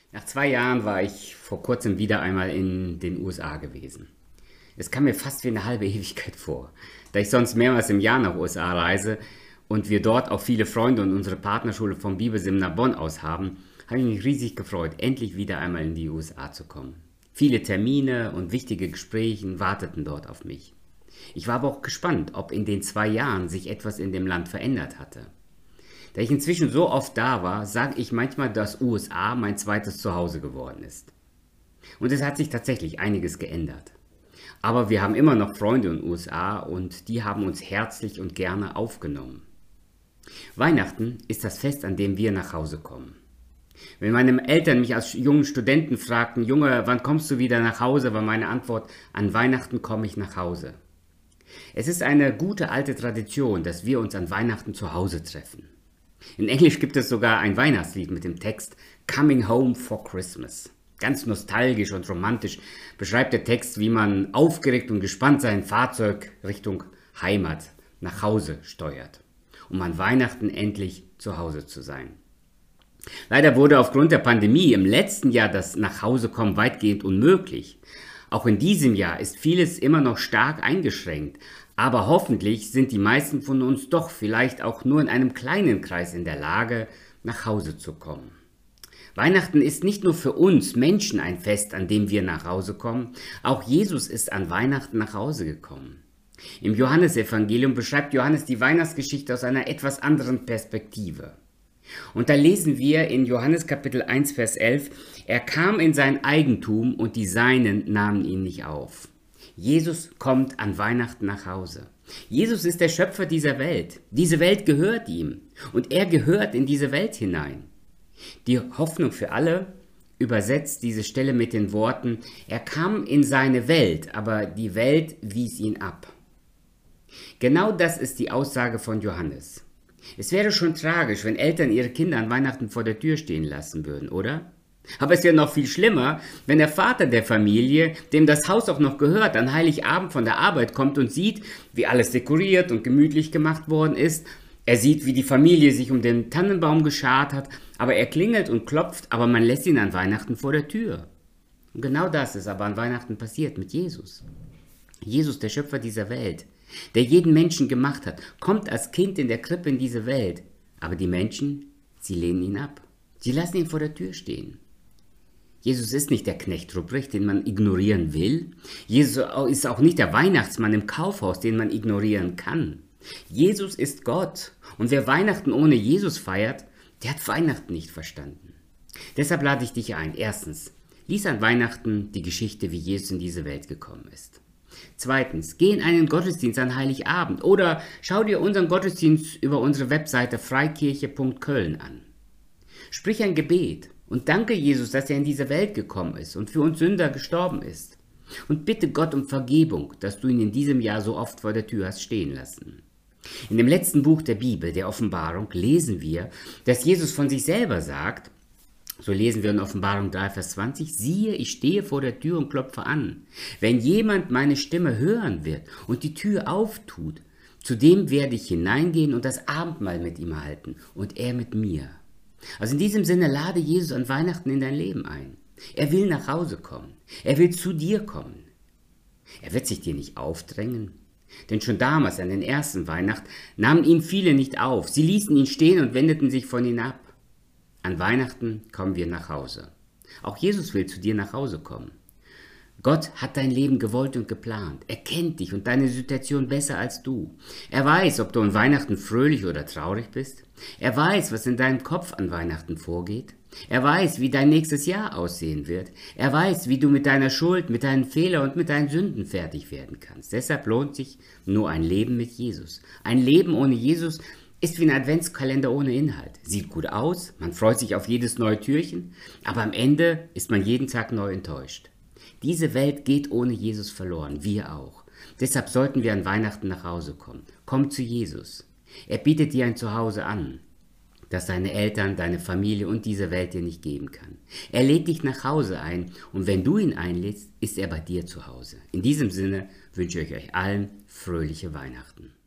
Nach 2 Jahren war ich vor kurzem wieder einmal in den USA gewesen. Es kam mir fast wie eine halbe Ewigkeit vor, da ich sonst mehrmals im Jahr nach USA reise und wir dort auch viele Freunde und unsere Partnerschule vom Bibelseminar Bonn aus haben, habe ich mich riesig gefreut, endlich wieder einmal in die USA zu kommen. Viele Termine und wichtige Gespräche warteten dort auf mich. Ich war aber auch gespannt, ob in den 2 Jahren sich etwas in dem Land verändert hatte. Da ich inzwischen so oft da war, sage ich manchmal, dass USA mein zweites Zuhause geworden ist. Und es hat sich tatsächlich einiges geändert. Aber wir haben immer noch Freunde in den USA und die haben uns herzlich und gerne aufgenommen. Weihnachten ist das Fest, an dem wir nach Hause kommen. Wenn meine Eltern mich als jungen Studenten fragten, Junge, wann kommst du wieder nach Hause, war meine Antwort, an Weihnachten komme ich nach Hause. Es ist eine gute alte Tradition, dass wir uns an Weihnachten zu Hause treffen. In Englisch gibt es sogar ein Weihnachtslied mit dem Text Coming Home for Christmas. Ganz nostalgisch und romantisch beschreibt der Text, wie man aufgeregt und gespannt sein Fahrzeug Richtung Heimat nach Hause steuert, um an Weihnachten endlich zu Hause zu sein. Leider wurde aufgrund der Pandemie im letzten Jahr das Nachhausekommen weitgehend unmöglich. Auch in diesem Jahr ist vieles immer noch stark eingeschränkt, aber hoffentlich sind die meisten von uns doch vielleicht auch nur in einem kleinen Kreis in der Lage, nach Hause zu kommen. Weihnachten ist nicht nur für uns Menschen ein Fest, an dem wir nach Hause kommen, auch Jesus ist an Weihnachten nach Hause gekommen. Im Johannesevangelium beschreibt Johannes die Weihnachtsgeschichte aus einer etwas anderen Perspektive. Und da lesen wir in Johannes Kapitel 1, Vers 11, er kam in sein Eigentum und die Seinen nahmen ihn nicht auf. Jesus kommt an Weihnachten nach Hause. Jesus ist der Schöpfer dieser Welt. Diese Welt gehört ihm und er gehört in diese Welt hinein. Die Hoffnung für alle übersetzt diese Stelle mit den Worten, er kam in seine Welt, aber die Welt wies ihn ab. Genau das ist die Aussage von Johannes. Es wäre schon tragisch, wenn Eltern ihre Kinder an Weihnachten vor der Tür stehen lassen würden, oder? Aber es wäre noch viel schlimmer, wenn der Vater der Familie, dem das Haus auch noch gehört, an Heiligabend von der Arbeit kommt und sieht, wie alles dekoriert und gemütlich gemacht worden ist. Er sieht, wie die Familie sich um den Tannenbaum geschart hat, aber er klingelt und klopft, aber man lässt ihn an Weihnachten vor der Tür. Und genau das ist aber an Weihnachten passiert mit Jesus. Jesus, der Schöpfer dieser Welt, der jeden Menschen gemacht hat, kommt als Kind in der Krippe in diese Welt. Aber die Menschen, sie lehnen ihn ab. Sie lassen ihn vor der Tür stehen. Jesus ist nicht der Knecht Ruprecht, den man ignorieren will. Jesus ist auch nicht der Weihnachtsmann im Kaufhaus, den man ignorieren kann. Jesus ist Gott. Und wer Weihnachten ohne Jesus feiert, der hat Weihnachten nicht verstanden. Deshalb lade ich dich ein. Erstens, lies an Weihnachten die Geschichte, wie Jesus in diese Welt gekommen ist. Zweitens, geh in einen Gottesdienst an Heiligabend oder schau dir unseren Gottesdienst über unsere Webseite freikirche.köln an. Sprich ein Gebet und danke Jesus, dass er in diese Welt gekommen ist und für uns Sünder gestorben ist. Und bitte Gott um Vergebung, dass du ihn in diesem Jahr so oft vor der Tür hast stehen lassen. In dem letzten Buch der Bibel, der Offenbarung, lesen wir, dass Jesus von sich selber sagt, so lesen wir in Offenbarung 3, Vers 20, siehe, ich stehe vor der Tür und klopfe an. Wenn jemand meine Stimme hören wird und die Tür auftut, zu dem werde ich hineingehen und das Abendmahl mit ihm halten und er mit mir. Also in diesem Sinne lade Jesus an Weihnachten in dein Leben ein. Er will nach Hause kommen. Er will zu dir kommen. Er wird sich dir nicht aufdrängen. Denn schon damals, an den ersten Weihnachten, nahmen ihn viele nicht auf. Sie ließen ihn stehen und wendeten sich von ihm ab. An Weihnachten kommen wir nach Hause. Auch Jesus will zu dir nach Hause kommen. Gott hat dein Leben gewollt und geplant. Er kennt dich und deine Situation besser als du. Er weiß, ob du an Weihnachten fröhlich oder traurig bist. Er weiß, was in deinem Kopf an Weihnachten vorgeht. Er weiß, wie dein nächstes Jahr aussehen wird. Er weiß, wie du mit deiner Schuld, mit deinen Fehlern und mit deinen Sünden fertig werden kannst. Deshalb lohnt sich nur ein Leben mit Jesus. Ein Leben ohne Jesus ist wie ein Adventskalender ohne Inhalt. Sieht gut aus, man freut sich auf jedes neue Türchen, aber am Ende ist man jeden Tag neu enttäuscht. Diese Welt geht ohne Jesus verloren, wir auch. Deshalb sollten wir an Weihnachten nach Hause kommen. Komm zu Jesus. Er bietet dir ein Zuhause an, das deine Eltern, deine Familie und diese Welt dir nicht geben kann. Er lädt dich nach Hause ein und wenn du ihn einlädst, ist er bei dir zu Hause. In diesem Sinne wünsche ich euch allen fröhliche Weihnachten.